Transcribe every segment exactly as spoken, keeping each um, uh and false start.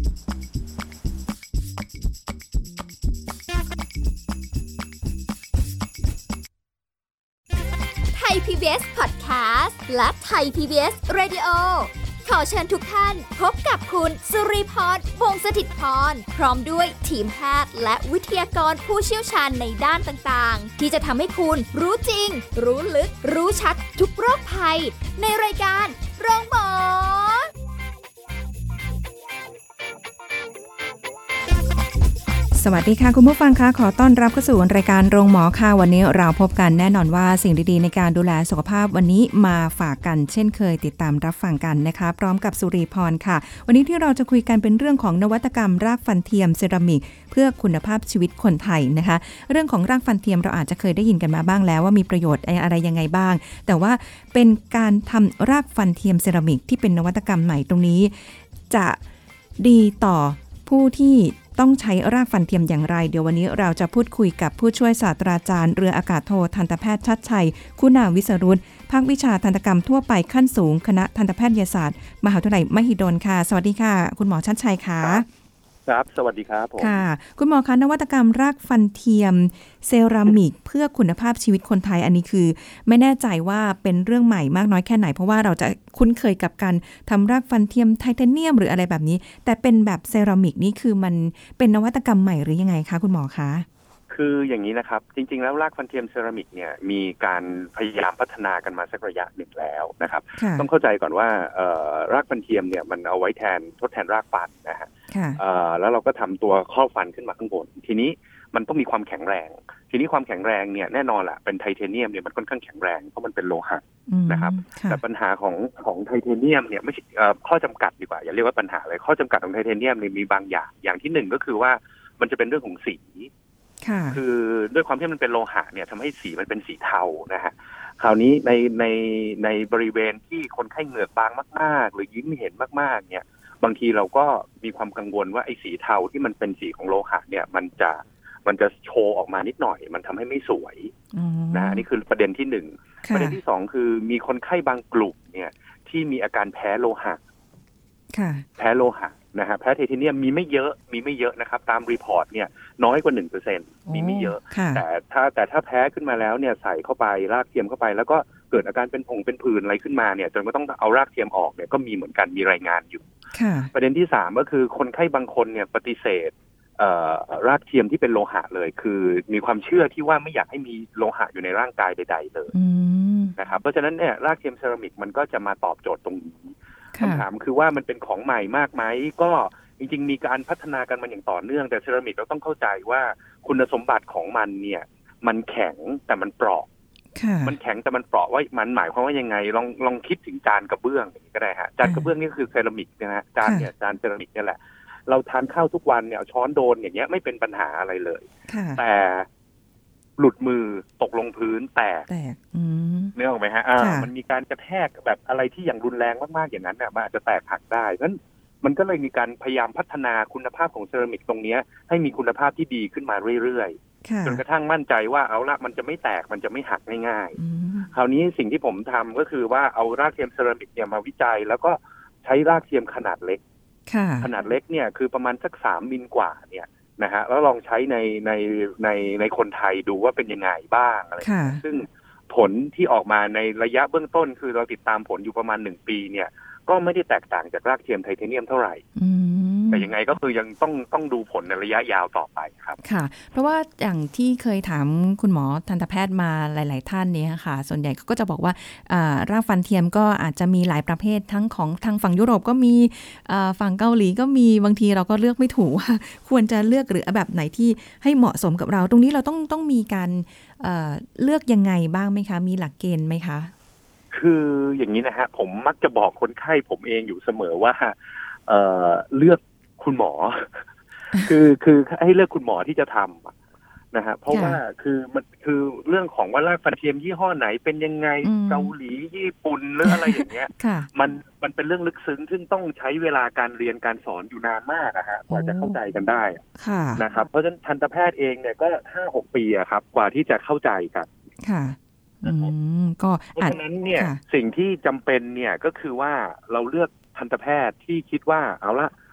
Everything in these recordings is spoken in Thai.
ไทย พี บี เอส Podcast และไทย พี บี เอส Radio ขอเชิญทุกท่านพบกับคุณสุริพร วงศ์สถิตพรพร้อมด้วยทีมแพทย์และวิทยากรผู้เชี่ยวชาญในด้านต่างๆที่จะทำให้คุณรู้จริงรู้ลึกรู้ชัดทุกโรคภัยในรายการโรงหมอสวัสดีค่ะคุณผู้ฟังคะขอต้อนรับเข้าสู่รายการโรงหมอค่ะวันนี้เราพบกันแน่นอนว่าสิ่งดีๆในการดูแลสุขภาพวันนี้มาฝากกันเช่นเคยติดตามรับฟังกันนะคะพร้อมกับสุรีพรค่ะวันนี้ที่เราจะคุยกันเป็นเรื่องของนวัตกรรมรากฟันเทียมเซรามิกเพื่อคุณภาพชีวิตคนไทยนะคะเรื่องของรากฟันเทียมเราอาจจะเคยได้ยินกันมาบ้างแล้วว่ามีประโยชน์อะไรยังไงบ้างแต่ว่าเป็นการทำรากฟันเทียมเซรามิกที่เป็นนวัตกรรมใหม่ตรงนี้จะดีต่อผู้ที่ต้องใช้รากฟันเทียมอย่างไรเดี๋ยววันนี้เราจะพูดคุยกับผู้ช่วยศาสตราจารย์เรืออากาศโททันตแพทย์ชัดชัยคุณาวิสรุตภาควิชาทันตกรรมทั่วไปขั้นสูงคณะทันตแพทยศาสตร์มหาวิทยาลัยมหิดลค่ะสวัสดีค่ะคุณหมอชัดชัยค่ะครับสวัสดีครับผมค่ะคุณหมอคะนวัตกรรมรากฟันเทียมเซรามิกเพื่อคุณภาพชีวิตคนไทยอันนี้คือไม่แน่ใจว่าเป็นเรื่องใหม่มากน้อยแค่ไหนเพราะว่าเราจะคุ้นเคยกับการทำรากฟันเทียมไทเทเนียมหรืออะไรแบบนี้แต่เป็นแบบเซรามิกนี่คือมันเป็นนวัตกรรมใหม่หรือยังไงคะคุณหมอคะคืออย่างนี้นะครับจริงๆแล้วรากฟันเทียมเซรามิกเนี่ยมีการพยายามพัฒนากันมาสักระยะหนึ่งแล้วนะครับต้องเข้าใจก่อนว่ารากฟันเทียมเนี่ยมันเอาไว้แทนทดแทนรากฟันนะฮะแล้วเราก็ทำตัวข้อฟันขึ้นมาข้างบนทีนี้มันต้องมีความแข็งแรงทีนี้ความแข็งแรงเนี่ยแน่นอนแหละเป็นไทเทเนียมเนี่ยมันค่อนข้างแข็งแรงเพราะมันเป็นโลหะนะครับแต่ปัญหาของของไทเทเนียมเนี่ยไม่ใช่ข้อจำกัดดีกว่าอย่าเรียกว่าปัญหาเลยข้อจำกัดของไทเทเนียมเนี่ยมีบางอย่างอย่างที่หนึ่งก็คือว่ามันจะเป็นเรื่องของสีคือด้วยความที่มันเป็นโลหะเนี่ยทำให้สีมันเป็นสีเทานะฮะคราวนี้ในในในบริเวณที่คนไข้เหงือกบางมากๆหรือยิ้มเห็นมากๆเนี่ยบางทีเราก็มีความกังวลว่าไอ้สีเทาที่มันเป็นสีของโลหะเนี่ยมันจะมันจะโชว์ออกมานิดหน่อยมันทำให้ไม่สวยนะอันนี้คือประเด็นที่หนึ่งประเด็นที่สองคือมีคนไข้บางกลุ่มเนี่ยที่มีอาการแพ้โลหะแพ้โลหะนะฮะแพ้ไทเทเนียมมีไม่เยอะมีไม่เยอะนะครับตามรีพอร์ตเนี่ยน้อยกว่า หนึ่งเปอร์เซ็นต์ มีไม่เยอะแต่ถ้าแต่ถ้าแพ้ขึ้นมาแล้วเนี่ยใส่เข้าไปรากเทียมเข้าไปแล้วก็เกิดอาการเป็นผงเป็นผื่นอะไรขึ้นมาเนี่ยจนก็ต้องเอารากเทียมออกเนี่ยก็มีเหมือนกันมีรายงานอยู่ประเด็นที่สามก็คือคนไข้บางคนเนี่ยปฏิเสธรากเทียมที่เป็นโลหะเลยคือมีความเชื่อที่ว่าไม่อยากให้มีโลหะอยู่ในร่างกายใดๆเลยนะครับเพราะฉะนั้นเนี่ยรากเทียมเซรามิกมันก็จะมาตอบโจทย์ตรงนี้คำถามคือว่ามันเป็นของใหม่มากไหมก็จริงๆมีการพัฒนากันมาอย่างต่อเนื่องแต่เซรามิกเราต้องเข้าใจว่าคุณสมบัติของมันเนี่ยมันแข็งแต่มันเปราะมันแข็งแต่มันเปราะว่ามันหมายความว่ายังไงลองลองคิดถึงจานกระเบื้องอย่างนี้ก็ได้ฮะจานกระเบื้องนี่คือเซรามิกนะฮะจานเนี่ยจานเซรามิกนี่แหละเราทานข้าวทุกวันเนี่ยช้อนโดนอย่างเงี้ยไม่เป็นปัญหาอะไรเลยแต่หลุดมือตกลงพื้นแตกเนื้อออกไหมฮะมันมีการกระแทกแบบอะไรที่อย่างรุนแรงมากๆอย่างนั้นเนี่ยมันอาจจะแตกหักได้เพราะฉะนั้นมันก็เลยมีการพยายามพัฒนาคุณภาพของเซรามิกตรงนี้ให้มีคุณภาพที่ดีขึ้นมาเรื่อยๆจนกระทั่งมั่นใจว่าเอาละมันจะไม่แตกมันจะไม่หักง่ายๆคราวนี้สิ่งที่ผมทำก็คือว่าเอารากเทียมเซรามิกเนี่ยมาวิจัยแล้วก็ใช้รากเทียมขนาดเล็กขนาดเล็กเนี่ยคือประมาณสักสามมิลกว่าเนี่ยนะฮะแล้วลองใช้ในในในในคนไทยดูว่าเป็นยังไงบ้างอะไรซึ่งผลที่ออกมาในระยะเบื้องต้นคือเราติดตามผลอยู่ประมาณหนึ่งปีเนี่ยก็ไม่ได้แตกต่างจากรากเทียมไทเทเนียมเท่าไหร่แต่ยังไงก็คือยังต้องต้องดูผลในระยะยาวต่อไปครับค่ะเพราะว่าอย่างที่เคยถามคุณหมอทันตแพทย์มาหลายๆท่านเนี่ยค่ะส่วนใหญ่เขาก็จะบอกว่ารากฟันเทียมก็อาจจะมีหลายประเภททั้งของทางฝั่งยุโรปก็มีฝั่งเกาหลีก็มีบางทีเราก็เลือกไม่ถูกว่าควรจะเลือกหรือแบบไหนที่ให้เหมาะสมกับเราตรงนี้เราต้องต้องมีการเลือกยังไงบ้างไหมคะมีหลักเกณฑ์ไหมคะคืออย่างนี้นะฮะผมมักจะบอกคนไข้ผมเองอยู่เสมอว่าเอ่อเลือกคุณหมอ คือคือให้เลือกคุณหมอที่จะทำนะฮะเพราะว่าคือมันคือเรื่องของว่ารากฟันเทียมยี่ห้อไหนเป็นยังไงเกาหลีญี่ปุ่นหรืออะไรอย่างเงี้ยมันมันเป็นเรื่องลึกซึ้งซึ่งต้องใช้เวลาการเรียนการสอนอยู่นานมากนะฮะกว่าจะเข้าใจกันได้นะครับเพราะฉะนั้นทันตแพทย์เองเนี่ยก็ห้าหกปีอะครับกว่าที่จะเข้าใจกันก็เพราะฉะนั้นเนี่ยสิ่งที่จำเป็นเนี่ยก็คือว่าเราเลือกทันตแพทย์ที่คิดว่าเอาละ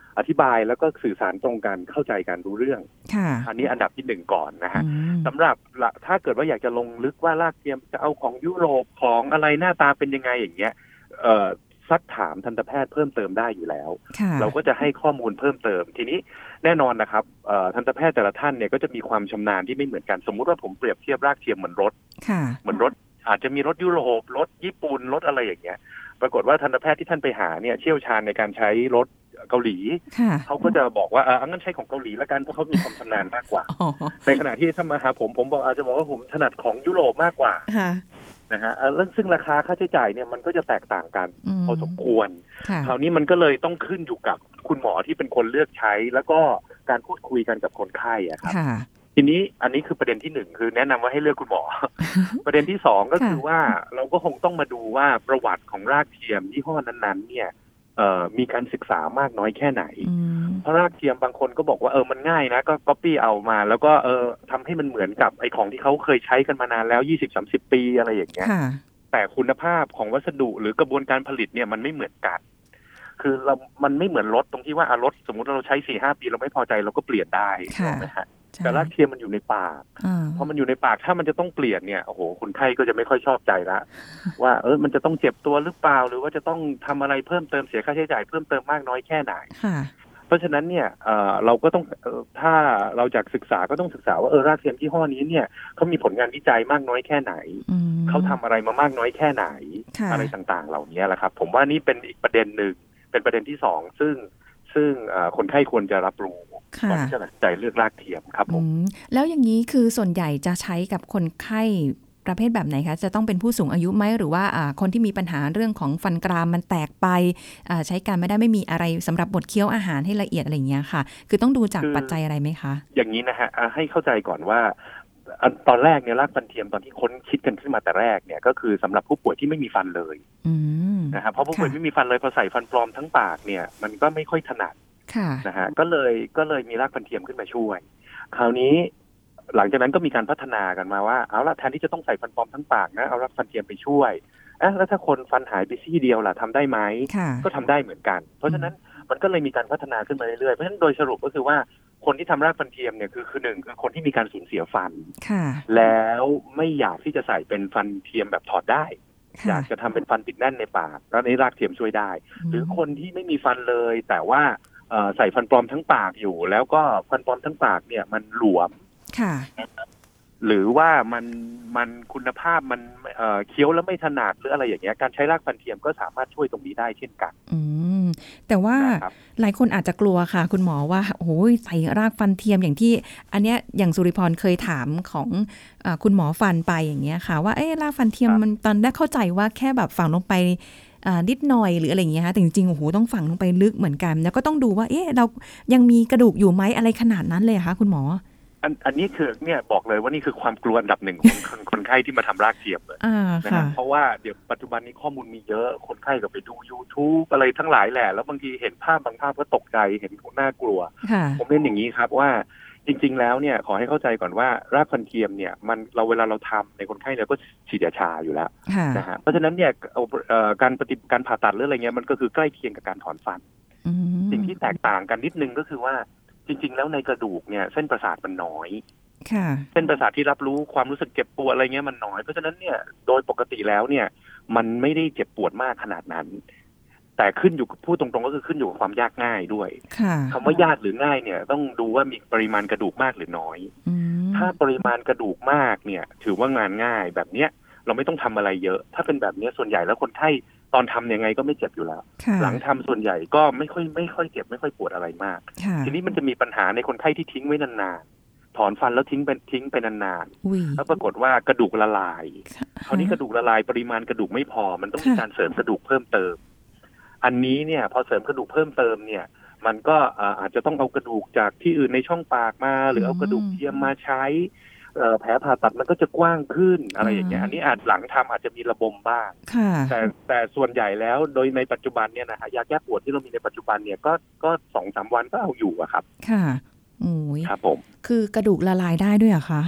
อธิบายแล้วก็สื่อสารตรงกันเข้าใจกันรู้เรื่องอันนี้อันดับที่หนึ่งก่อนนะฮะสำหรับถ้าเกิดว่าอยากจะลงลึกว่ารากเทียมจะเอาของยุโรปของอะไรหน้าตาเป็นยังไงอย่างเงี้ยเอ่อซักถามทันตแพทย์เพิ่มเติมได้อยู่แล้วเราก็จะให้ข้อมูลเพิ่มเติมทีนี้แน่นอนนะครับทันตแพทย์แต่ละท่านเนี่ยก็จะมีความชำนาญที่ไม่เหมือนกันสมมุติว่าผมเปรียบเทียบรากเทียมเหมือนรถเหมือนรถอาจจะมีรถยุโรปรถญี่ปุ่นรถอะไรอย่างเงี้ยปรากฏว่าทันตแพทย์ที่ท่านไปหาเนี่ยเชี่ยวชาญในการใช้รถเกาหลีเขาก็จะบอกว่าเอองั้นใช้ของเกาหลีแล้วกันเพราะเขามีความชำนาญมากกว่าในขณะที่ถ้ามาหาผมผมบอกอาจจะบอกว่าผมถนัดของยุโรปมากกว่านะฮะแล้วซึ่งราคาค่าใช้จ่ายเนี่ยมันก็จะแตกต่างกันพอสมควรคราวนี้มันก็เลยต้องขึ้นอยู่กับคุณหมอที่เป็นคนเลือกใช้แล้วก็การพูดคุยกันกับคนไข้อะครับทีนี้อันนี้คือประเด็นที่หนึ่งคือแนะนำว่าให้เลือกคุณหมอ ประเด็นที่สองก็คือว่าเราก็คงต้องมาดูว่าประวัติของรากเทียมยี่ห้อนั้นๆเนี่ยมีการศึกษามากน้อยแค่ไหนเพราะรากเทียมบางคนก็บอกว่าเออมันง่ายนะก็ก๊อปปี้เอามาแล้วก็เออทำให้มันเหมือนกับไอ้ของที่เขาเคยใช้กันมานานแล้ว ยี่สิบถึงสามสิบ ปีอะไรอย่างเงี้ยแต่คุณภาพของวัสดุหรือกระบวนการผลิตเนี่ยมันไม่เหมือนกันคือเรามันไม่เหมือนรถตรงที่ว่าอ่ะรถสมมุติเราใช้ สี่ห้า ปีเราไม่พอใจเราก็เปลี่ยนได้ถูกไหมฮะแต่รากเทียมมันอยู่ในปากพอมันอยู่ในปากถ้ามันจะต้องเปลี่ยนเนี่ยโอ้โหคนไข้ก็จะไม่ค่อยชอบใจละว่าเออมันจะต้องเจ็บตัวหรือเปล่าหรือว่าจะต้องทำอะไรเพิ่มเติมเสียค่าใช้จ่ายเพิ่มเติมมากน้อยแค่ไหนเพราะฉะนั้นเนี่ยเออเราก็ต้องถ้าเราจากศึกษาก็ต้องศึกษาว่าเออรากเทียมยี่ห้อนี้เนี่ยเขามีผลงานวิจัยมากน้อยแค่ไหนเขาทำอะไรมามากน้อยแค่ไหนอะไรต่างๆเหล่านี้แหละครับผมว่านี่เป็นอีกประเด็นหนึ่งเป็นประเด็นที่สองซึ่งซึ่งคนไข้ควรจะรับรู้ก่อนที่จะตัดสินใจเลือกรากเทียมครับผมแล้วอย่างนี้คือส่วนใหญ่จะใช้กับคนไข้ประเภทแบบไหนคะจะต้องเป็นผู้สูงอายุไหมหรือว่าคนที่มีปัญหาเรื่องของฟันกรามมันแตกไปใช้การไม่ได้ไม่มีอะไรสำหรับบดเคี้ยวอาหารให้ละเอียดอะไรอย่างเงี้ยค่ะคือต้องดูจากปัจจัยอะไรไหมคะอย่างนี้นะฮะให้เข้าใจก่อนว่าตอนแรกเนี่ยรากฟันเทียมตอนที่ค้นคิดกันขึ้นมาแต่แรกเนี่ยก็คือสำหรับผู้ป่วยที่ไม่มีฟันเลยนะครับเพราะผู้ป่วยไม่มีฟันเลยพอใส่ฟันปลอมทั้งปากเนี่ยมันก็ไม่ค่อยถนัดนะฮะก็เลยก็เลยมีรากฟันเทียมขึ้นมาช่วยคราวนี้หลังจากนั้นก็มีการพัฒนากันมาว่าเอาละแทนที่จะต้องใส่ฟันปลอมทั้งปากนะเอารากฟันเทียมไปช่วยเอ๊ะแล้วถ้าคนฟันหายไปซี่เดียวล่ะทำได้ไหมก็ทำได้เหมือนกันเพราะฉะนั้นมันก็เลยมีการพัฒนาขึ้นมาเรื่อยๆเพราะฉะนั้นโดยสรุปก็คือว่าคนที่ทำรากฟันเทียมเนี่ยคือคือหนึ่งคือคนที่มีการสูญเสียฟันแล้วไม่อยากที่จะใส่เป็นฟันเทียมแบบถอดได้อยากจะทำเป็นฟันติดแน่นในปากแล้วนี้รากเทียมช่วยได้หรือคนที่ไม่มีฟันเลยแต่ว่าใส่ฟันปลอมทั้งปากอยู่แล้วก็ฟันปลอมทั้งปากเนี่ยมันหลวมหรือว่ามันมันคุณภาพมันเอ่อเคี้ยวแล้วไม่ถนัดหรืออะไรอย่างเงี้ยการใช้รากฟันเทียมก็สามารถช่วยตรงนี้ได้เช่นกันอืมแต่ว่าหลายคนอาจจะกลัวค่ะคุณหมอว่าโอ้ยใส่รากฟันเทียมอย่างที่อันเนี้ยอย่างสุริพรเคยถามของเอ่อคุณหมอฟันไปอย่างเงี้ยค่ะว่าเอ๊ะรากฟันเทียมมันตอนแรกเข้าใจว่าแค่แบบฝังลงไปนิดหน่อยหรืออะไรอย่างเงี้ยค่ะแต่จริงๆโอ้โหต้องฝังลงไปลึกเหมือนกันแล้วก็ต้องดูว่าเอ๊ะเรายังมีกระดูกอยู่ไหมอะไรขนาดนั้นเลยคะคุณหมออันอันนี้คือเนี่ยบอกเลยว่านี่คือความกลัวอันดับหนึ่งของคนคนไข้ที่มาทำรากเทียมเลยนะครับเพราะว่าเดี๋ยวปัจจุบันนี้ข้อมูลมีเยอะคนไข้ก็ไปดู YouTube อะไรทั้งหลายแหละแล้วบางทีเห็นภาพบางภาพก็ตกใจเห็นน่ากลัวผมเรียนอย่างนี้ครับว่าจริงๆแล้วเนี่ยขอให้เข้าใจก่อนว่ารากฟันเทียมเนี่ยมันเราเวลาเราทำในคนไข้เราก็ฉีดยาชาอยู่แล้วนะฮะเพราะฉะนั้นเนี่ยการปฏิการผ่าตัดหรืออะไรเงี้ยมันก็คือใกล้เคียงกับการถอนฟันสิ่งที่แตกต่างกันนิดนึงก็คือว่าจริงๆแล้วในกระดูกเนี่ยเส้นประสาทมันน้อยเส้นประสาทที่รับรู้ความรู้สึกเจ็บปวดอะไรเงี้ยมันน้อยเพราะฉะนั้นเนี่ยโดยปกติแล้วเนี่ยมันไม่ได้เจ็บปวดมากขนาดนั้นแต่ขึ้นอยู่พูดตรงๆก็คือขึ้นอยู่กับความยากง่ายด้วยคำว่ายากหรือง่ายเนี่ยต้องดูว่ามีปริมาณกระดูกมากหรือน้อยถ้าปริมาณกระดูกมากเนี่ยถือว่างานง่ายแบบเนี้ยเราไม่ต้องทำอะไรเยอะถ้าเป็นแบบนี้ส่วนใหญ่แล้วคนไข้ตอนทำยังไงก็ไม่เจ็บอยู่แล้วหลังทำส่วนใหญ่ก็ไม่ค่อยไม่ค่อยเจ็บไม่ค่อยปวดอะไรมากทีนี้มันจะมีปัญหาในคนไข้ที่ทิ้งไว้นานๆถอนฟันแล้วทิ้งเป็นทิ้งไปนานๆแล้วปรากฏว่ากระดูกละลายคราวนี้กระดูกละลายปริมาณกระดูกไม่พอมันต้องมีการเสริมกระดูกเพิ่มเติมอันนี้เนี่ยพอเสริมกระดูกเพิ่มเติมเนี่ยมันก็อาจจะต้องเอากระดูกจากที่อื่นในช่องปากมาหรือเอากระดูกเทียมมาใช้แผลผ่าตัดมันก็จะกว้างขึ้นอะไรอย่างเงี้ยอันนี้อาจหลังทำอาจจะมีระบมบ้างแต่แต่ส่วนใหญ่แล้วโดยในปัจจุบันเนี่ยนะฮะยาแก้ปวดที่เรามีในปัจจุบันเนี่ยก็ก็สองสามวันก็เอาอยู่อะครับค่ะโอ้ยครับผมคือกระดูกละลายได้ด้วยเหรอคะ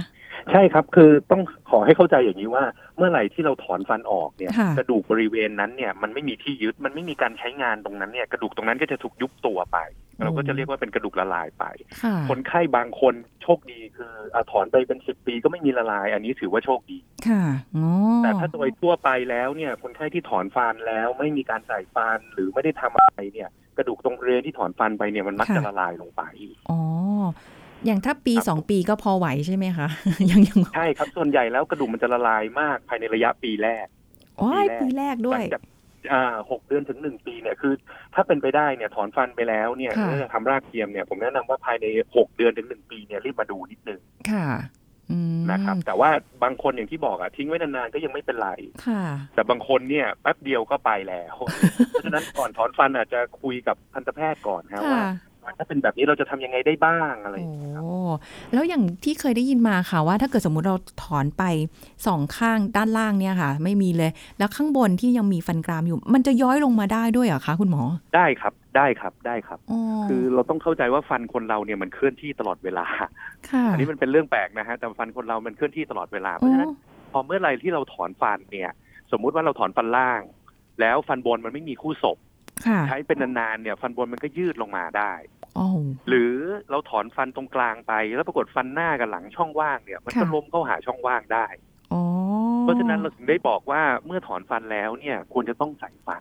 ใช่ครับคือต้องขอให้เข้าใจอย่างนี้ว่าเมื่อไหร่ที่เราถอนฟันออกเนี่ยกระดูกบริเวณนั้นเนี่ยมันไม่มีที่ยึดมันไม่มีการใช้งานตรงนั้นเนี่ยกระดูกตรงนั้นก็จะถูกยุบตัวไปเราก็จะเรียกว่าเป็นกระดูกละลายไปคนไข้บางคนโชคดีคือถอนไปเป็นสิบปีก็ไม่มีละลายอันนี้ถือว่าโชคดีแต่ถ้าโดยทั่วไปแล้วเนี่ยคนไข้ที่ถอนฟันแล้วไม่มีการใส่ฟันหรือไม่ได้ทำอะไรเนี่ยกระดูกตรงบริเวณที่ถอนฟันไปเนี่ยมันมักจะละลายลงไปอ๋ออย่างถ้าปีสองปีก็พอไหวใช่ไหมคะยังยังใช่ครับส่วนใหญ่แล้วกระดูกมันจะละลายมากภายในระยะปีแรกอ๋อปีแรกด้วยอ่าหกเดือนถึงหนึ่งปีเนี่ยคือถ้าเป็นไปได้เนี่ยถอนฟันไปแล้วเนี่ยถ้าจะทำรากเทียมเนี่ยผมแนะนำว่าภายในหกเดือนถึงหนึ่งปีเนี่ยรีบมาดูนิดนึงค่ะนะครับแต่ว่าบางคนอย่างที่บอกอะทิ้งไว้นานๆก็ยังไม่เป็นไรแต่บางคนเนี่ยแป๊บเดียวก็ไปแล้วเพราะฉะนั้นก่อนถอนฟันอาจจะคุยกับทันตแพทย์ก่อนครับว่าถ้าเป็นแบบนี้เราจะทำยังไงได้บ้างอะไรอย่างเงี้ยครับแล้วอย่างที่เคยได้ยินมาค่ะว่าถ้าเกิดสมมุติเราถอนไปสองข้างด้านล่างเนี่ยค่ะไม่มีเลยแล้วข้างบนที่ยังมีฟันกรามอยู่มันจะย้อยลงมาได้ด้วยเหรอคะคุณหมอได้ครับได้ครับได้ครับคือเราต้องเข้าใจว่าฟันคนเราเนี่ยมันเคลื่อนที่ตลอดเวลาอันนี้มันเป็นเรื่องแปลกนะฮะแต่ฟันคนเรามันเคลื่อนที่ตลอดเวลาเพราะฉะนั้นพอเมื่อไรที่เราถอนฟันเนี่ยสมมุติว่าเราถอนฟันล่างแล้วฟันบนมันไม่มีคู่ศพใช้เป็นนานๆเนี่ยฟันบนมันก็ยืดลงมาได้หรือเราถอนฟันตรงกลางไปแล้วปรากฏฟันหน้ากับหลังช่องว่างเนี่ยมันก็ล้มเข้าหาช่องว่างได้เพราะฉะนั้นเราถึงได้บอกว่าเมื่อถอนฟันแล้วเนี่ยควรจะต้องใส่ฟัน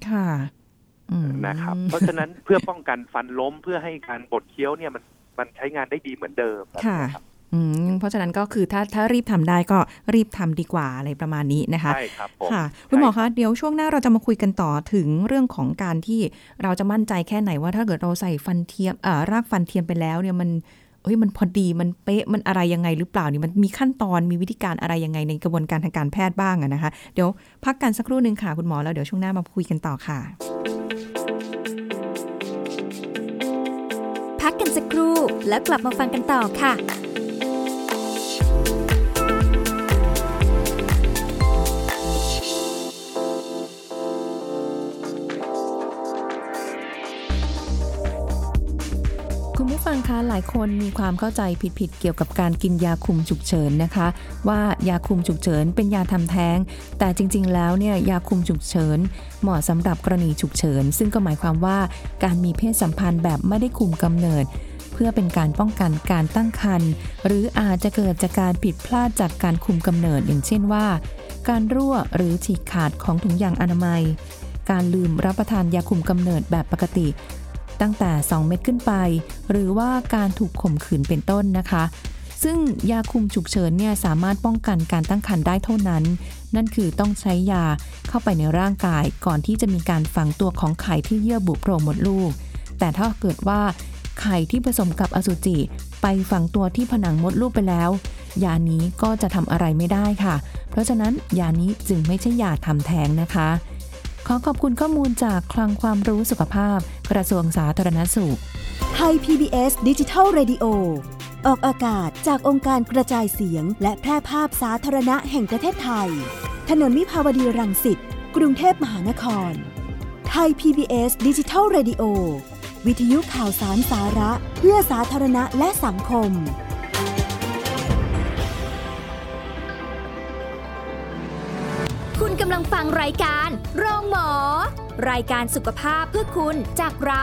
นะครับเพราะฉะนั้นเพื่อป้องกันฟันล้มเพื่อให้การบดเคี้ยวเนี่ยมันมันใช้งานได้ดีเหมือนเดิมนะครับอืมเพราะฉะนั้นก็คือถ้าถ้ารีบทำได้ก็รีบทำดีกว่าอะไรประมาณนี้นะคะใช่ครับผมค่ะคุณหมอคะเดี๋ยวช่วงหน้าเราจะมาคุยกันต่อถึงเรื่องของการที่เราจะมั่นใจแค่ไหนว่าถ้าเกิดเราใส่ฟันเทียมอ่ารากฟันเทียมไปแล้วเนี่ยมันเอ้ยมันพอดีมันเป๊ะมันอะไรยังไงหรือเปล่านี่มันมีขั้นตอนมีวิธีการอะไรยังไงในกระบวนการทางการแพทย์บ้างอะนะคะเดี๋ยวพักกันสักครู่นึงค่ะคุณหมอแล้วเดี๋ยวช่วงหน้ามาคุยกันต่อค่ะพักกันสักครู่แล้วกลับมาฟังกันต่อค่ะคุณผู้ฟังคะหลายคนมีความเข้าใจผิดๆเกี่ยวกับการกินยาคุมฉุกเฉินนะคะว่ายาคุมฉุกเฉินเป็นยาทำแท้งแต่จริงๆแล้วเนี่ยยาคุมฉุกเฉินเหมาะสำหรับกรณีฉุกเฉินซึ่งก็หมายความว่าการมีเพศสัมพันธ์แบบไม่ได้คุมกำเนิดเพื่อเป็นการป้องกันการตั้งครรภ์หรืออาจจะเกิดจากการผิดพลาดจากการคุมกำเนิดอย่างเช่นว่าการรั่วหรือฉีกขาดของถุงยางอนามัยการลืมรับประทานยาคุมกำเนิดแบบปกติตั้งแต่สองเม็ดขึ้นไปหรือว่าการถูกข่มขืนเป็นต้นนะคะซึ่งยาคุมฉุกเฉินเนี่ยสามารถป้องกันการตั้งครรภ์ได้เท่านั้นนั่นคือต้องใช้ยาเข้าไปในร่างกายก่อนที่จะมีการฝังตัวของไข่ที่เยื่อบุโพรงมดลูกแต่ถ้าเกิดว่าไข่ที่ผสมกับอสุจิไปฝังตัวที่ผนังมดลูกไปแล้วยานี้ก็จะทำอะไรไม่ได้ค่ะเพราะฉะนั้นยานี้จึงไม่ใช่ยาทำแท้งนะคะขอขอบคุณข้อมูลจากคลังความรู้สุขภาพกระทรวงสาธารณสุขไทย พี บี เอส Digital Radio ออกอากาศจากองค์การกระจายเสียงและแพร่ภาพสาธารณะแห่งประเทศไทยถนนวิภาวดีรังสิตกรุงเทพมหานครไทย พี บี เอส Digital Radio วิทยุข่าวสารสาระเพื่อสาธารณะและสังคมคุณกำลังฟังรายการโรงหมอรายการสุขภาพเพื่อคุณจากเรา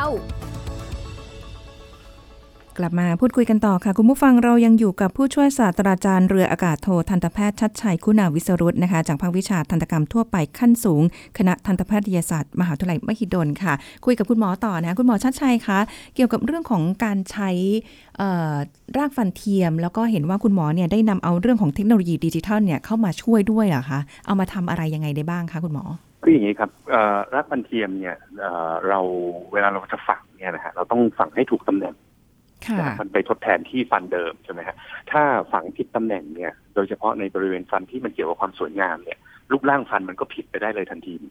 กลับมาพูดคุยกันต่อค่ะคุณผู้ฟังเรายังอยู่กับผู้ช่วยศาสตราจารย์เรืออากาศโททันตแพทย์ชัดชัยคุณาวิสรุตนะคะจากภาควิชาทันตกรรมทั่วไปขั้นสูงคณะทันตแพทยศาสตร์มหาวิทยาลัยมหิดลค่ะคุยกับคุณหมอต่อนะคุณหมอชัดชัยคะเกี่ยวกับเรื่องของการใช้รากฟันเทียมแล้วก็เห็นว่าคุณหมอเนี่ยได้นำเอาเรื่องของเทคโนโลยีดิจิทัลเนี่ยเข้ามาช่วยด้วยเหรอคะเอามาทำอะไรยังไงได้บ้างคะคุณหมอคืออย่างนี้ครับรากฟันเทียมเนี่ยเราเวลาเราจะฝังเนี่ยนะฮะเราต้องฝังให้ถูกตำแหน่งมันไปทดแทนที่ฟันเดิมใช่ไหมฮะถ้าฝังผิดตำแหน่งเนี่ยโดยเฉพาะในบริเวณฟันที่มันเกี่ยวกับความสวยงามเนี่ยรูปร่างฟันมันก็ผิดไปได้เลยทันทีเหมือนกัน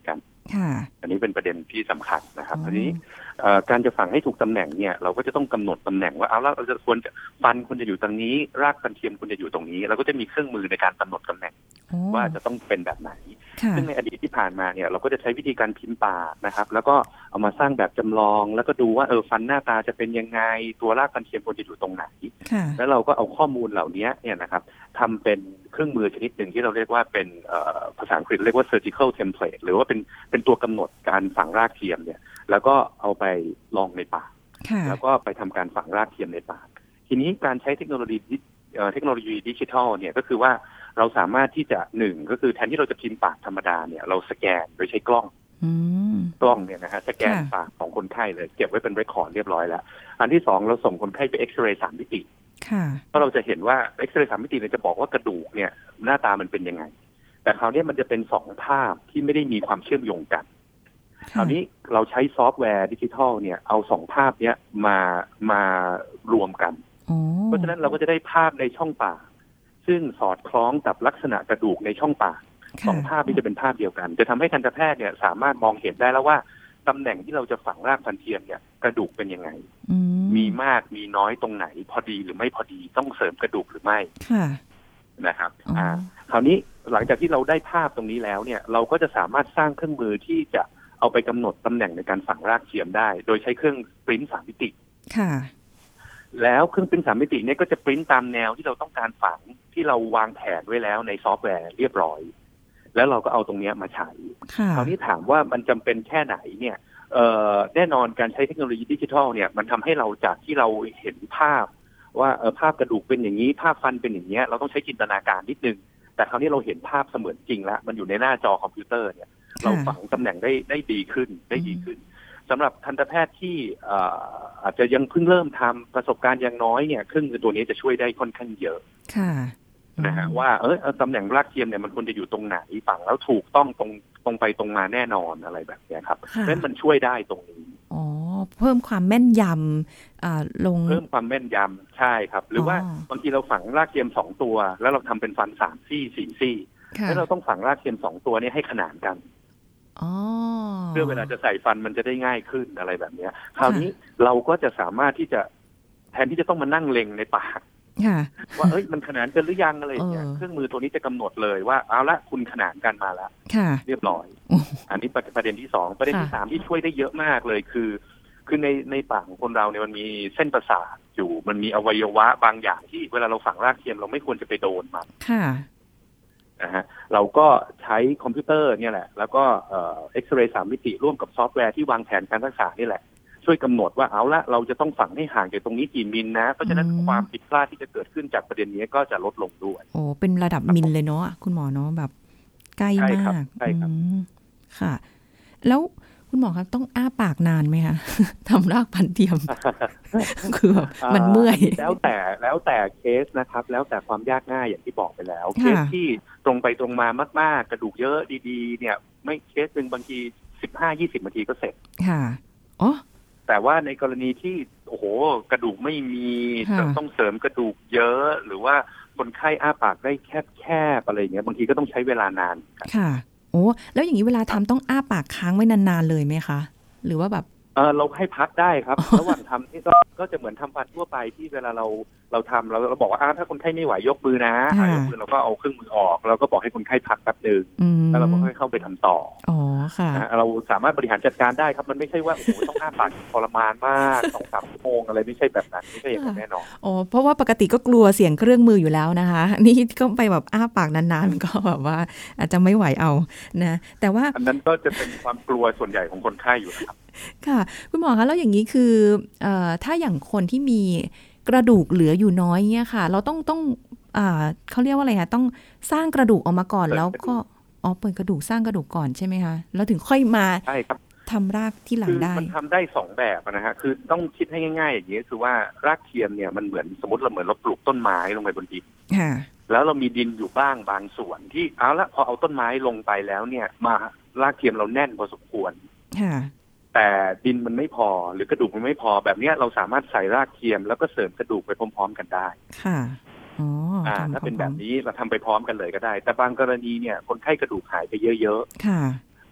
อันนี้เป็นประเด็นที่สำคัญนะครับทีนี้การจะฝังให้ถูกตำแหน่งเนี่ยเราก็จะต้องกำหนดตำแหน่งว่าเอาละเราจะควรจะฟันควรจะอยู่ตรงนี้รากฟันเทียมควรจะอยู่ตรงนี้เราก็จะมีเครื่องมือในการกำหนดตำแหน่งว่าจะต้องเป็นแบบไหนซึ่งในอดีตที่ผ่านมาเนี่ยเราก็จะใช้วิธีการพิมพ์ปากนะครับแล้วก็เอามาสร้างแบบจำลองแล้วก็ดูว่าเออฟันหน้าตาจะเป็นยังไงตัวรากฟันเทียมควรจะอยู่ตรงไหนแล้วเราก็เอาข้อมูลเหล่านี้เนี่ยนะครับทำเป็นเครื่องมือชนิดหนึ่งที่เราเรียกว่าเป็นภาษาอังกฤษเรียกว่า surgical template หรือว่าเป็นเป็นตัวกำหนดการฝังรากเทียมเนี่ยแล้วก็เอาไปลองในปากแล้วก็ไปทำการฝังรากเทียมในปากทีนี้การใช้เทคโนโลยีเทคโนโลยีดิจิทัลเนี่ยก็คือว่าเราสามารถที่จะหนึ่งก็คือแทนที่เราจะพิมพ์ปากธรรมดาเนี่ยเราสแกนโดยใช้กล้องกล้องเนี่ยนะฮะสแกนปากของคนไข้เลยเก็บไว้เป็นเรคคอร์ดเรียบร้อยแล้วอันที่สองเราส่งคนไข้ไปเอ็กซเรย์สามมิติเพราะเราจะเห็นว่าเอ็กซเรย์สามมิติเนี่ยจะบอกว่ากระดูกเนี่ยหน้าตามันเป็นยังไงแต่คราวนี้มันจะเป็นสองภาพที่ไม่ได้มีความเชื่อมโยงกันคราวนี้เราใช้ซอฟต์แวร์ดิจิทัลเนี่ยเอาสองภาพเนี้ยมามารวมกันเพราะฉะนั้นเราก็จะได้ภาพในช่องปากซึ่งสอดคล้องกับลักษณะกระดูกในช่องปากสองภาพนี้จะเป็นภาพเดียวกันจะทำให้ทันตแพทย์เนี่ยสามารถมองเห็นได้แล้วว่าตำแหน่งที่เราจะฝังรากฟันเทียมเนี่ยกระดูกเป็นยังไงมีมากมีน้อยตรงไหนพอดีหรือไม่พอดีต้องเสริมกระดูกหรือไม่นะครับอ่าคราวนี้หลังจากที่เราได้ภาพตรงนี้แล้วเนี่ยเราก็จะสามารถสร้างเครื่องมือที่จะเอาไปกำหนดตำแหน่งในการฝังรากเทียมได้โดยใช้เครื่องปริ้นท์สามมิติแล้วเครื่องปริ้นท์สามมิติเนี่ยก็จะปริ้นท์ตามแนวที่เราต้องการฝังที่เราวางแผนไว้แล้วในซอฟต์แวร์เรียบร้อยแล้วเราก็เอาตรงนี้มาใช้คราวนี้ถามว่ามันจำเป็นแค่ไหนเนี่ยแน่นอนการใช้เทคโนโลยีดิจิทัลเนี่ยมันทำให้เราจากที่เราเห็นภาพว่าเออภาพกระดูกเป็นอย่างนี้ภาพฟันเป็นอย่างนี้เราต้องใช้จินตนาการนิดนึงแต่คราวนี้เราเห็นภาพเสมือนจริงแล้วมันอยู่ในหน้าจอคอมพิวเตอร์เนี่ยเราฝังตำแหน่งได้ได้ดีขึ้นได้ดีขึ้นสำหรับทันตแพทย์ที่อาจจะยังเพิ่งเริ่มทำประสบการณ์ยังน้อยเนี่ยเครื่องมือตัวนี้จะช่วยได้ค่อนข้างเยอะนะฮะว่าเออตำแหน่งรากเทียมเนี่ยมันควรจะอยู่ตรงไหนฝังแล้วถูกต้องตรงตรงไปตรงมาแน่นอนอะไรแบบนี้ครับเพราะฉะนั้นมันช่วยได้ตรงนี้อ๋อเพิ่มความแม่นยำลงเพิ่มความแม่นยำใช่ครับหรือว่าบางทีเราฝังรากเทียมสองตัวแล้วเราทำเป็นฟันสามซี่สี่ซี่แล้วเราต้องฝังรากเทียมสองตัวนี้ให้ขนานกันเพื่อเวลาจะใส่ฟันมันจะได้ง่ายขึ้นอะไรแบบนี้คราวนี้เราก็จะสามารถที่จะแทนที่จะต้องมานั่งเล็งในปากว่าเอ้ยมันขนานกันหรือยังอะไรอย่างเงี้ยเครื่องมือตัวนี้จะกำหนดเลยว่าเอาละคุณขนานกันมาแล้วเรียบร้อยอันนี้ประเด็นที่สองประเด็นที่สามที่ช่วยได้เยอะมากเลยคือคือในในปากของคนเราเนี่ยมันมีเส้นประสาทอยู่มันมีอวัยวะบางอย่างที่เวลาเราฝังรากเทียมเราไม่ควรจะไปโดนมันนะฮะเราก็ใช้คอมพิวเตอร์เนี่ยแหละแล้วก็เอ็กซเรย์สามมิติร่วมกับซอฟต์แวร์ที่วางแผนการรักษานี่แหละช่วยกำหนดว่าเอาละเราจะต้องฝังให้ห่างจากตรงนี้กี่มิลนะเพราะฉะนั้นความผิดพลาดที่จะเกิดขึ้นจากประเด็นนี้ก็จะลดลงด้วยโอ้เป็นระดับมิลเลยเนาะคุณหมอเนาะแบบใกล้มากใช่ครับค่ะแล้วคุณหมอครับต้องอ้าปากนานไหมคะทำรากฟันเทียมคือแบบมันเมื่อยแล้วแต่แล้วแต่เคสนะครับแล้วแต่ความยากง่ายอย่างที่บอกไปแล้วเคสที่ตรงไปตรงมามากๆกระดูกเยอะดีๆเนี่ยไม่เคสนึงบางทีสิบห้ายี่สิบนาทีก็เสร็จค่ะอ๋อแต่ว่าในกรณีที่โอ้โหกระดูกไม่มีต้องเสริมกระดูกเยอะหรือว่าคนไข้อ้าปากได้แคบๆอะไรอย่างเงี้ยบางทีก็ต้องใช้เวลานานค่ะโอ้แล้วอย่างนี้เวลาทำต้องอ้าปากค้างไว้นานๆเลยไหมคะหรือว่าแบบเออเราให้พักได้ครับ ระหว่างทำนี่ก็ก็จะเหมือนทำฟันทั่วไปที่เวลาเราเราทำเราเราบอกว่าอ้าถ้าคนไข้ไม่ไหวยกมือนะยกมือเราก็เอาเครื่องมือออกเราก็บอกให้คนไข้พักแป๊บนึงแล้วเราก็ค่อยเข้าไปทำต่ออ๋อค่ะเราสามารถบริหารจัดการได้ครับมันไม่ใช่ว่าโอ้โหต้องอ้าปากทรมานมากสองสามชั่วโมงอะไรไม่ใช่แบบนั้นไม่ใช่อย่างนั้นแน่นอนอ๋อเพราะว่าปกติก็กลัวเสียงเครื่องมืออยู่แล้วนะคะนี่ก็ไปแบบอ้าปากนานๆก็แบบว่าอาจจะไม่ไหวเอานะแต่ว่าอันนั้นก็จะเป็นความกลัวส่วนใหญ่ของคนไข้อยู่นะครับค่ะคุณหมอคะแล้วอย่างนี้คือเอ่อถ้าอย่างคนที่มีกระดูกเหลืออยู่น้อยเนี่ยค่ะเราต้องต้องอ่าเขาเรียกว่าอะไรคะต้องสร้างกระดูกออกมาก่อนแล้วก็อ๋อเปิดกระดูกสร้างกระดูกก่อนใช่ไหมคะแล้วถึงค่อยมาใช่ครับทำรากที่หลังได้มันทำได้สองแบบนะฮะคือต้องคิดให้ง่ายๆอย่างนี้คือว่ารากเทียมเนี่ยมันเหมือนสมมติเราเหมือนเราปลูกต้นไม้ลงไปบนดินแล้วเรามีดินอยู่บ้างบางส่วนที่เอาละพอเอาต้นไม้ลงไปแล้วเนี่ยมารากเทียมเราแน่นพอสมควรแต่ดินมันไม่พอหรือกระดูกมันไม่พอแบบนี้เราสามารถใส่รากเทียมแล้วก็เสริมกระดูกไปพร้อมๆกันได้ค่ะอ๋ออ่าถ้าเป็นแบบนี้เราทำไปพร้อมกันเลยก็ได้แต่บางกรณีเนี่ยคนไข้กระดูกหายไปเยอะๆค่ะไป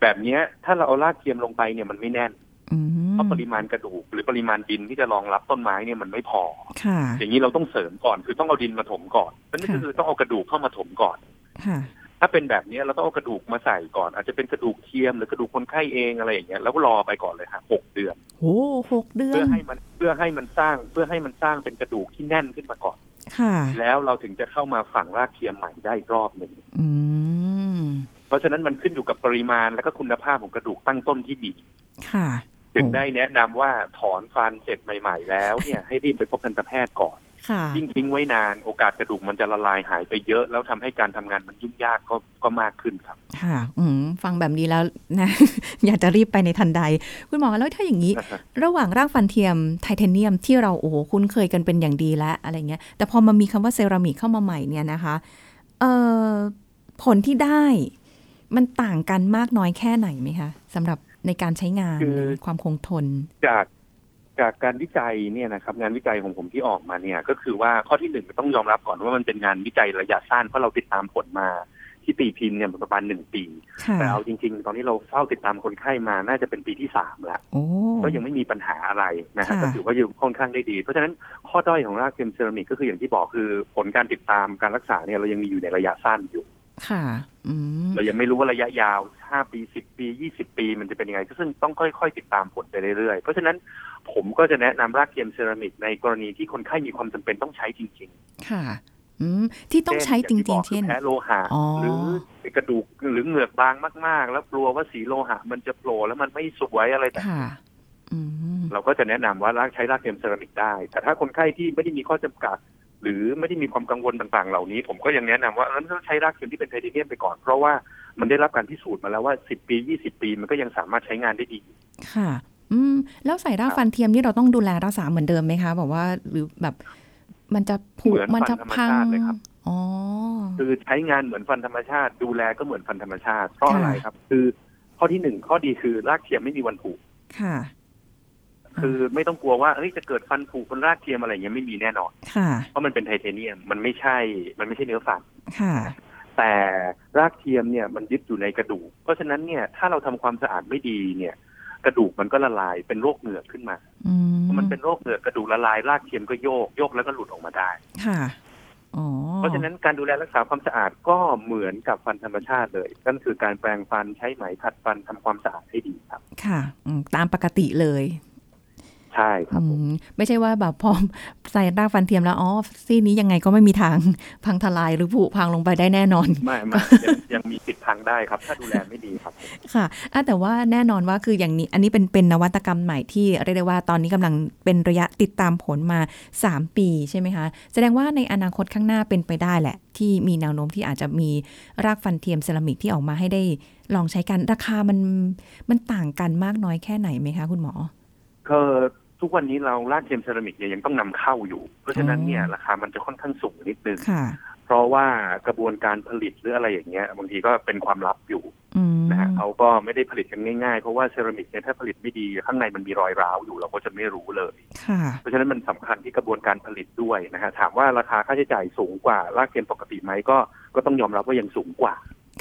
แบบนี้ถ้าเราเอารากเทียมลงไปเนี่ยมันไม่แน่นเพราะปริมาณกระดูกหรือปริมาณดินที่จะรองรับต้นไม้เนี่ยมันไม่พออย่างนี้เราต้องเสริมก่อนคือต้องเอาดินมาถมก่อนนั่นก็คือต้องเอากระดูกเข้ามาถมก่อนถ้าเป็นแบบนี้เราต้องเอากระดูกมาใส่ก่อนอาจจะเป็นกระดูกเทียมหรือกระดูกคนไข้เองอะไรอย่างเงี้ยแล้วก็รอไปก่อนเลยฮะหกเดือนโอ้หกเดือนเพื่อให้มันเพื่อให้มันสร้างเพื่อให้มันสร้างเป็นกระดูกที่แน่นขึ้นมาก่อนแล้วเราถึงจะเข้ามาฝังรากเทียมใหม่ได้รอบหนึ่งเพราะฉะนั้นมันขึ้นอยู่กับปริมาณและก็คุณภาพของกระดูกตั้งต้นที่ดีถึงได้แนะนำว่าถอนฟันเสร็จใหม่ๆแล้วเนี่ยให้รีบไปพบทันตแพทย์ก่อนยิ่งทิ้งไว้นานโอกาสกระดูกมันจะละลายหายไปเยอะแล้วทำให้การทำงานมันยุ่งยากก็ก็มากขึ้นครับค่ะอืมฟังแบบนี้แล้วนะ อยากจะรีบไปในทันใดคุณหมอแล้วถ้าอย่างนี้ ระหว่างรากฟันเทียมไทเทเนียมที่เราโอ้โหคุ้นเคยกันเป็นอย่างดีแล้วอะไรเงี้ยแต่พอมามีคำว่าเซรามิกเข้ามาใหม่เนี่ยนะคะเอ่อผลที่ได้มันต่างกันมากน้อยแค่ไหนไหมคะสำหรับในการใช้งานความคงทนจากจากการวิจัยเนี่ยนะครับงานวิจัยของผมที่ออกมาเนี่ยก็คือว่าข้อที่หนึ่งต้องยอมรับก่อนว่ามันเป็นงานวิจัยระยะสั้นเพราะเราติดตามผลมาที่ตีพิมพ์เนี่ยประมาณหนึ่งปีแต่เอาจริงๆตอนนี้เราเฝ้าติดตามคนไข้มาน่าจะเป็นปีที่สามแล้วก็ยังไม่มีปัญหาอะไรนะฮะก็ถือว่าอยู่ค่อนข้างได้ดีเพราะฉะนั้นข้อด้อยของรากเทียมเซรามิกก็คืออย่างที่บอกคือผลการติดตามการรักษาเนี่ยเรายังมีอยู่ในระยะสั้นอยู่ค่ะเรายังไม่รู้ว่าระยะยาวห้าปีสิบปียี่สิบปีมันจะเป็นยังไงซึ่งต้องค่อยๆติดตามผลไปเรื่อยๆเพราะฉะนั้นผมก็จะแนะนำรากเทียมเซรามิกในกรณีที่คนไข้มีความจำเป็นต้องใช้จริงๆค่ะที่ต้องใช้จริงๆเช่นแพ้โลหะหรือกระดูกหรือเหงือกบางมากๆแล้วกลัวว่าสีโลหะมันจะโผล่แล้วมันไม่สวยอะไรแบบนี้เราก็จะแนะนำว่ารากใช้รากเทียมเซรามิกได้แต่ถ้าคนไข้ที่ไม่ได้มีข้อจำกัดหรือไม่ได้มีความกังวลต่างๆเหล่านี้ผมก็ยังแนะนำว่างั้นต้องใช้รากเทียมที่เป็นไทเทเนียมไปก่อนเพราะว่ามันได้รับการพิสูจน์มาแล้วว่าสิบปียี่สิบปีมันก็ยังสามารถใช้งานได้ดีค่ะอืมแล้วใส่รากฟันเทียมนี่เราต้องดูแลรักษาเหมือนเดิมไหมคะบอกว่าหรือแบบมันจะผุมันจะพังอ๋อคือใช้งานเหมือนฟันธรรมชาติดูแลก็เหมือนฟันธรรมชาติเพราะอะไรครับคือข้อที่หนึ่งข้อดีคือรากเทียมไม่มีวันผุค่ะคือไม่ต้องกลัวว่าเฮ้ยจะเกิดฟันผุบนรากเทียมอะไรเงี้ยไม่มีแน่นอนเพราะมันเป็นไทเทเนียมมันไม่ใช่มันไม่ใช่เนื้อฟันแต่รากเทียมเนี่ยมันยึดอยู่ในกระดูกเพราะฉะนั้นเนี่ยถ้าเราทำความสะอาดไม่ดีเนี่ยกระดูกมันก็ละลายเป็นโรคเหงือกขึ้นมาพอมันเป็นโรคเหงือกกระดูกละลายรากเทียมก็โยกโยกแล้วก็หลุดออกมาได้เพราะฉะนั้นการดูแลรักษาความสะอาดก็เหมือนกับฟันธรรมชาติเลยนั่นคือการแปรงฟันใช้ไหมขัดฟันทำความสะอาดให้ดีครับค่ะตามปกติเลยใช่ครับไม่ใช่ว่าแบบพอใส่รากฟันเทียมแล้วอ๋อซี่นี้ยังไงก็ไม่มีทางพังทลายหรือผุพังลงไปได้แน่นอนไม่ไม่ยังมีสิทธิ์พังได้ครับถ้าดูแลไม่ดีครับค่ะแต่ว่าแน่นอนว่าคืออย่างนี้อันนี้เป็นเป็นนวัตกรรมใหม่ที่เรียกได้ว่าตอนนี้กำลังเป็นระยะติดตามผลมาสามปีใช่ไหมคะแสดงว่าในอนาคตข้างหน้าเป็นไปได้แหละที่มีแนวโน้มที่อาจจะมีรากฟันเทียมเซรามิกที่ออกมาให้ได้ลองใช้กันราคามันมันต่างกันมากน้อยแค่ไหนไหมคะคุณหมอก็ทุกวันนี้เรารากเทียมเซรามิกเนี่ยยังต้องนำเข้าอยู่เพราะฉะนั้นเนี่ยราคามันจะค่อนข้างสูงนิดนึงเพราะว่ากระบวนการผลิตหรืออะไรอย่างเงี้ยบางทีก็เป็นความลับอยู่นะฮะเขาก็ไม่ได้ผลิตกันง่ายๆเพราะว่าเซรามิกเนี่ยถ้าผลิตไม่ดีข้างในมันมีรอยร้าวอยู่เราก็จะไม่รู้เลยเพราะฉะนั้นมันสำคัญที่กระบวนการผลิตด้วยนะฮะถามว่าราคาค่าใช้จ่ายสูงกว่ารากเทียมปกติไหมก็ก็ต้องยอมรับว่ายังสูงกว่า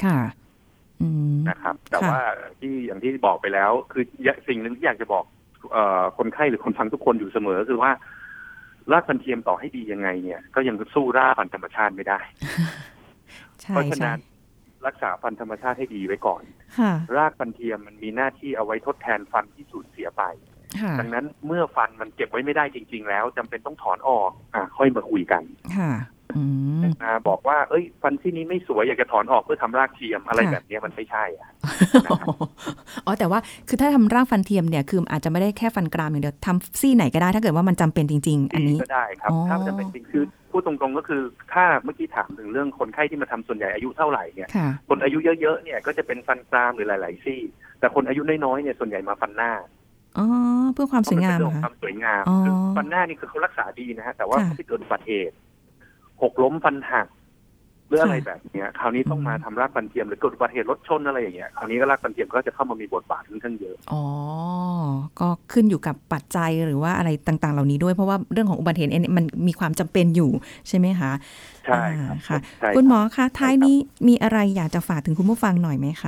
นะครับแต่ว่าที่อย่างที่บอกไปแล้วคือสิ่งหนึ่งที่อยากจะบอกคนไข้หรือคนฟังทุกคนอยู่เสมอคือว่ารากฟันเทียมต่อให้ดียังไงเนี่ยก็ยังสู้รากฟันธรรมชาติไม่ได้เพราะฉะนั้นรักษาฟันธรรมชาติให้ดีไว้ก่อนรากฟันเทียมมันมีหน้าที่เอาไว้ทดแทนฟันที่สูญเสียไปดังนั้นเมื่อฟันมันเก็บไว้ไม่ได้จริงๆแล้วจำเป็นต้องถอนออกอ่ะค่อยมาคุยกันนะบอกว่าเอ้ยฟันที่นี้ไม่สวยอยากจะถอนออกเพื่อทำรากเทียมอะไรแบบนี้มันไม่ใช่อ่ะอ๋อแต่ว่าคือถ้าทำรากฟันเทียมเนี่ยคืออาจจะไม่ได้แค่ฟันกรามอย่างเดียวทำซี่ไหนก็ได้ถ้าเกิดว่ามันจำเป็นจริงๆอันนี้ก็ได้ครับถ้าจำเป็นจริงคือพูดตรงๆก็คือถ้าเมื่อกี้ถามถึงเรื่องคนไข้ที่มาทำส่วนใหญ่อายุเท่าไหร่เนี่ยคนอายุเยอะๆเนี่ยก็จะเป็นฟันกรามหรือหลายๆซี่แต่คนอายุน้อยๆเนี่ยส่วนใหญ่มาฟันหน้าอ๋อเพื่อความสวยงามค่ะความสวยงามคือฟันหน้านี่คือเขารักษาดีนะฮะแต่ว่าเขาไปเกิดอุบัติเหตุหกล้มฟันหักหรืออะไรแบบนี้คราวนี้ต้องมาทำรากฟันเทียมหรือเกิดอุบัติเหตุรถชนอะไรอย่างเงี้ยคราวนี้ก็รากฟันเทียมก็จะเข้ามามีบทบาทค่อนข้างเยอะอ๋อก็ขึ้นอยู่กับปัจจัยหรือว่าอะไรต่างๆเหล่านี้ด้วยเพราะว่าเรื่องของอุบัติเหตุมันมีความจำเป็นอยู่ใช่ไหมคะใช่ค่ะคุณหมอคะท้ายนี้มีอะไรอยากจะฝากถึงคุณผู้ฟังหน่อยไหมคะ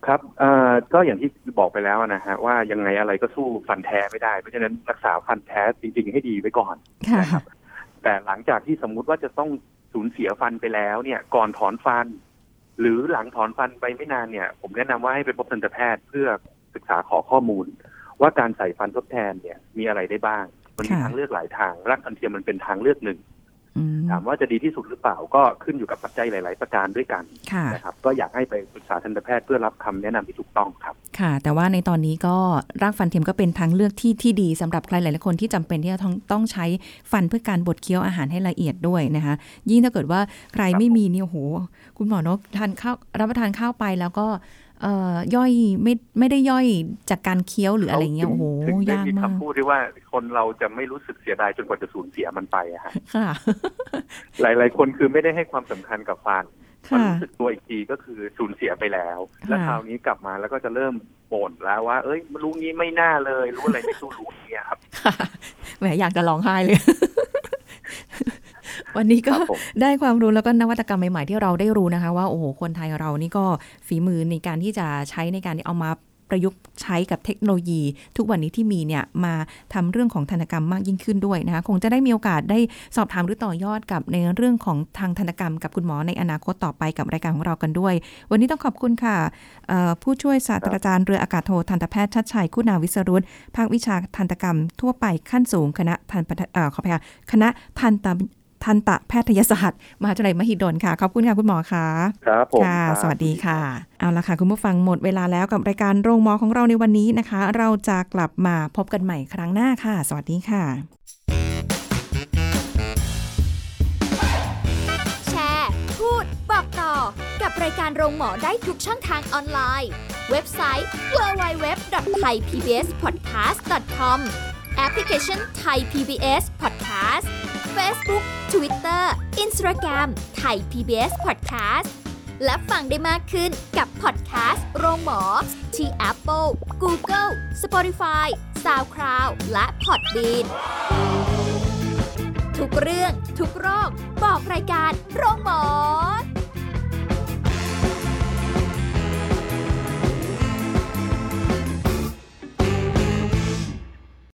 ครับเอ่อก็อย่างที่บอกไปแล้วนะฮะว่ายังไงอะไรก็สู้ฟันแท้ไม่ได้เพราะฉะนั้นรักษาฟันแท้จริงๆให้ดีไว้ก่อนนะครับแต่หลังจากที่สมมุติว่าจะต้องสูญเสียฟันไปแล้วเนี่ยก่อนถอนฟันหรือหลังถอนฟันไปไม่นานเนี่ยผมแนะนำว่าให้ไปพบทันตแพทย์เพื่อศึกษาขอข้อมูลว่าการใส่ฟันทดแทนเนี่ยมีอะไรได้บ้างมันมีทางเลือกหลายทางรากฟันเทียมมันเป็นทางเลือกหนึ่งถามว่าจะดีที่สุดหรือเปล่าก็ขึ้นอยู่กับปัจจัยหลายๆประการด้วยกันนะครับก็อยากให้ไปปรึกษาทันตแพทย์เพื่อรับคำแนะนำที่ถูกต้องครับค่ะแต่ว่าในตอนนี้ก็รากฟันเทียมก็เป็นทางเลือกที่ที่ดีสำหรับใครหลายๆคนที่จำเป็นที่จะต้องต้องใช้ฟันเพื่อการบดเคี้ยวอาหารให้ละเอียดด้วยนะคะยิ่งถ้าเกิดว่าใครไม่มีเนี่ยโหคุณหมอนกทานข้าวรับประทานข้าวไปแล้วก็เอ่อย่อยไม่ไม่ได้ย่อยจากการเคี้ยวหรืออะไรเงี้ยโอ้โหยากมากมีคำพูดที่ว่าคนเราจะไม่รู้สึกเสียดายจนกว่าจะสูญเสียมันไปอะฮะค่ะหลายๆคนคือไม่ได้ให้ความสำคัญกับฟันมันรู้สึกตัวอีกทีก็คือสูญเสียไปแล้วแล้วคราวนี้กลับมาแล้วก็จะเริ่มบ่นแล้วว่าเอ้ยรู้งี้ไม่น่าเลยรู้อะไรไม่สู้รู้เนี่ยครับแหมอยากจะร้องไห้เลยวันนี้ก็ได้ความรู้แล้วก็นวัตกรรมใหม่ๆที่เราได้รู้นะคะว่าโอ้โหคนไทยเรานี่ก็ฝีมือในการที่จะใช้ในการเอามาประยุกต์ใช้กับเทคโนโลยีทุกวันนี้ที่มีเนี่ยมาทำเรื่องของทันตกรรมมากยิ่งขึ้นด้วยนะคะคงจะได้มีโอกาสได้สอบถามหรือต่อยอดกับในเรื่องของทางทันตกรรมกับคุณหมอในอนาคตต่อไปกับรายการของเรากันด้วยวันนี้ต้องขอบคุณค่ะผู้ช่วยศาสตราจารย์เรืออากาศโททันตแพทย์ชัดชัยคุณาวิศรุตภาควิชาทันตกรรมทั่วไปขั้นสูงคณะทันเอ่อขออภัยค่ะคณะทันตทันตแพทยศาสตร์มหาวิทยาลัยมหิดลค่ะขอบคุณค่ะคุณหมอค่ะครับผมค่ะสวัสดีค่ะเอาละค่ะคุณผู้ฟังหมดเวลาแล้วกับรายการโรงหมอของเราในวันนี้นะคะเราจะกลับมาพบกันใหม่ครั้งหน้าค่ะสวัสดีค่ะแชร์พูดบอกต่อกับรายการโรงหมอได้ทุกช่องทางออนไลน์เว็บไซต์ ดับเบิลยู ดับเบิลยู ดับเบิลยู ดอท ไทย พี บี เอส พอดแคสต์ ดอท คอม แอปพลิเคชัน Thai พี บี เอส Podcast Facebook Twitter Instagram Thai พี บี เอส Podcast และฟังได้มากขึ้นกับ Podcast โรงหมอที่ Apple, Google, Spotify, SoundCloud และ Podbean ทุกเรื่องทุกโรคบอกรายการโรงหมอ